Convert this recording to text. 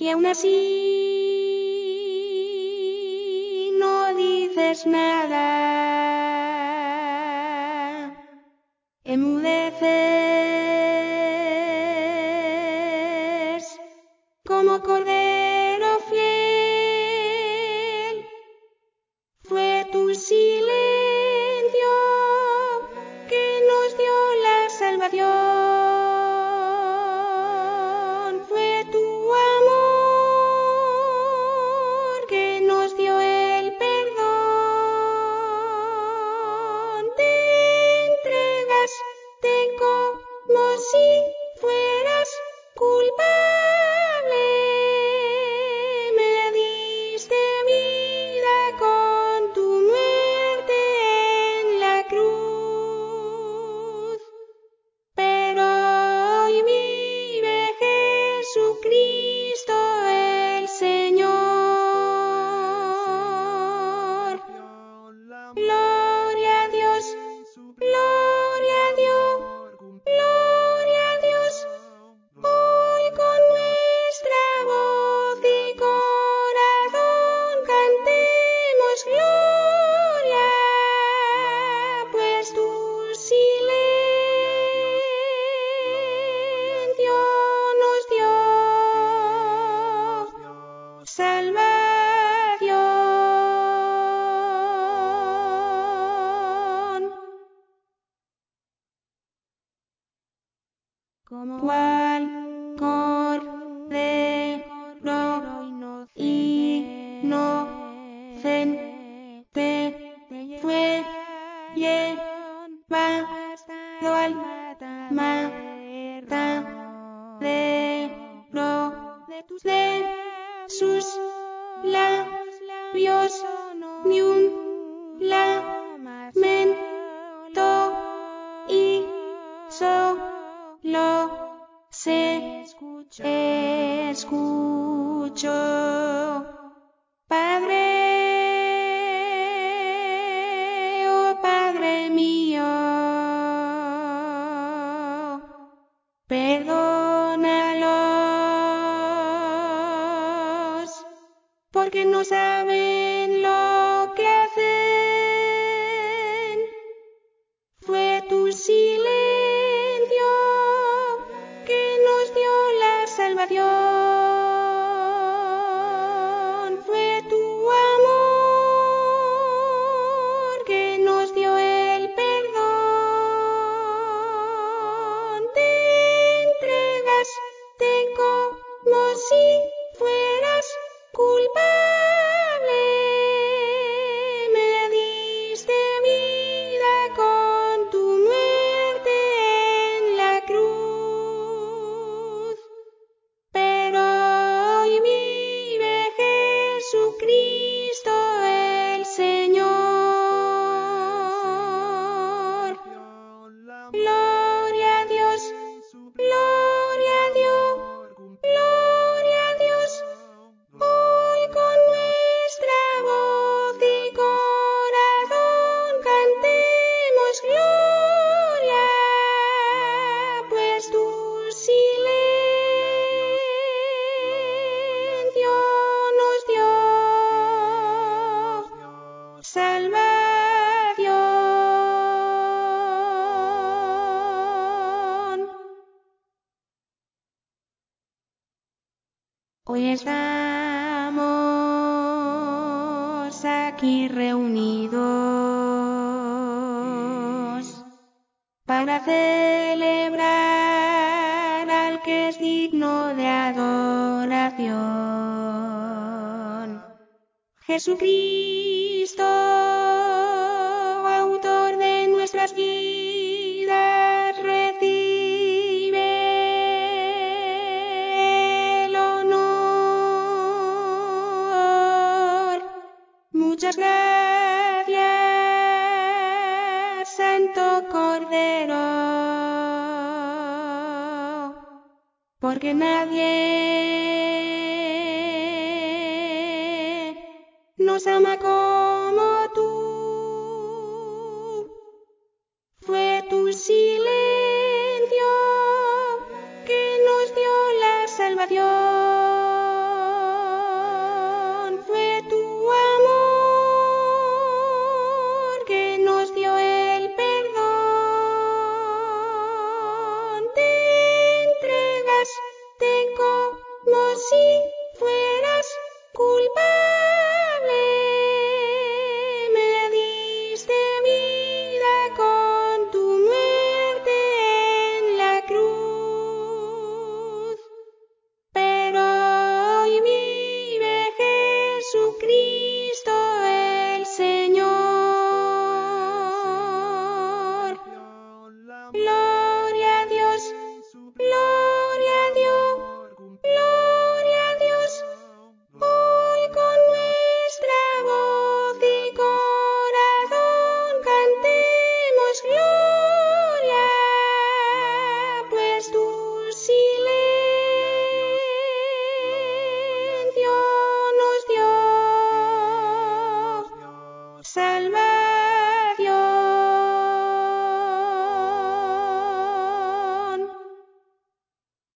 y aún así no dices nada. Enmudeces como cordero fiel. Fue tu silencio que nos dio la salvación. Fue tu amor que nos dio el perdón. Te entregaste como si fueras culpable. Me diste vida con tu muerte en la cruz. Pero hoy vive Jesucristo el Señor. Gloria a Dios, gloria a Dios, gloria a Dios. Hoy con nuestra voz y corazón cantemos gloria, pues tu silencio nos dio salvación. Como cual cordero inocente fue llevado al matadero. De sus labios ni un lamento y solo se escuchó. Padre, oh Padre mío, perdónalos, porque no saben lo que hacen. Fue tu silencio que nos dio la salvación. Fue tu amor que nos dio el perdón. Te entregaste como si fueras culpable. Me diste vida con tu muerte en la cruz. Pero hoy vive Jesucristo el Señor. Gloria a Dios, gloria a Dios, gloria a Dios. Hoy con nuestra voz y corazón cantemos gloria, pues tu silencio nos dio salvación. Hoy estamos aquí reunidos para celebrar al que es digno de adoración. Jesucristo, autor de nuestras vidas, recibe el honor. Muchas gracias, Santo Cordero, porque nadie nos ama como tú. Fue tu silencio